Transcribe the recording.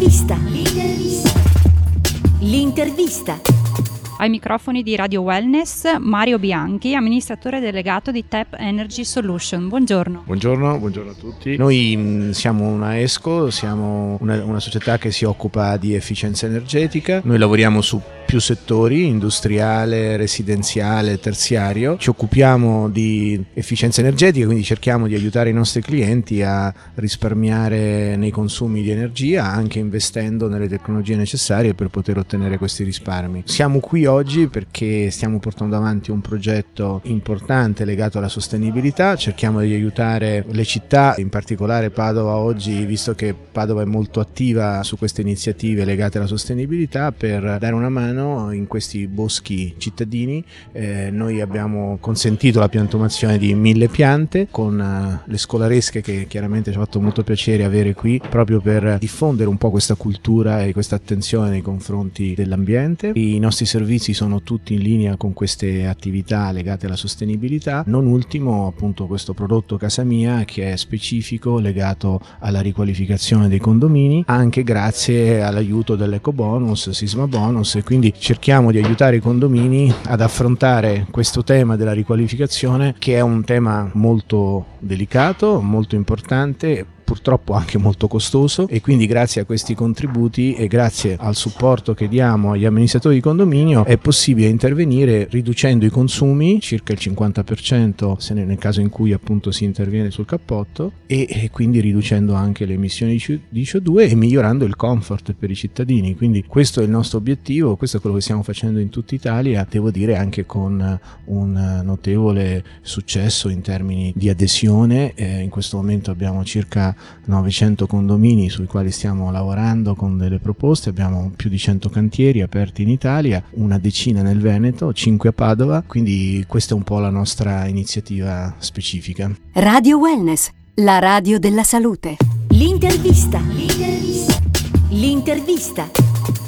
L'intervista. L'intervista. Ai microfoni di Radio Wellness, Mario Bianchi, amministratore delegato di TEP Energy Solution. Buongiorno. Buongiorno a tutti. Noi siamo una ESCO, siamo una società che si occupa di efficienza energetica. Noi lavoriamo su più settori, industriale, residenziale, terziario. Ci occupiamo di efficienza energetica, quindi cerchiamo di aiutare i nostri clienti a risparmiare nei consumi di energia, anche investendo nelle tecnologie necessarie per poter ottenere questi risparmi. Siamo qui oggi perché stiamo portando avanti un progetto importante legato alla sostenibilità. Cerchiamo di aiutare le città, in particolare Padova oggi, visto che Padova è molto attiva su queste iniziative legate alla sostenibilità, per dare una mano in questi boschi cittadini. Noi abbiamo consentito la piantumazione di 1000 piante con le scolaresche, che chiaramente ci ha fatto molto piacere avere qui, proprio per diffondere un po' questa cultura e questa attenzione nei confronti dell'ambiente. I nostri servizi sono tutti in linea con queste attività legate alla sostenibilità, non ultimo appunto questo prodotto Casa Mia, che è specifico, legato alla riqualificazione dei condomini, anche grazie all'aiuto dell'ecobonus, sisma bonus, e quindi cerchiamo di aiutare i condomini ad affrontare questo tema della riqualificazione, che è un tema molto delicato, molto importante, purtroppo anche molto costoso, e quindi grazie a questi contributi e grazie al supporto che diamo agli amministratori di condominio è possibile intervenire riducendo i consumi circa il 50% nel caso in cui appunto si interviene sul cappotto, e quindi riducendo anche le emissioni di CO2 e migliorando il comfort per i cittadini. Quindi questo è il nostro obiettivo, questo è quello che stiamo facendo in tutta Italia, devo dire anche con un notevole successo in termini di adesione. In questo momento abbiamo circa 900 condomini sui quali stiamo lavorando con delle proposte, abbiamo più di 100 cantieri aperti in Italia, una decina nel Veneto, 5 a Padova, quindi questa è un po' la nostra iniziativa specifica. Radio Wellness, la radio della salute. L'intervista.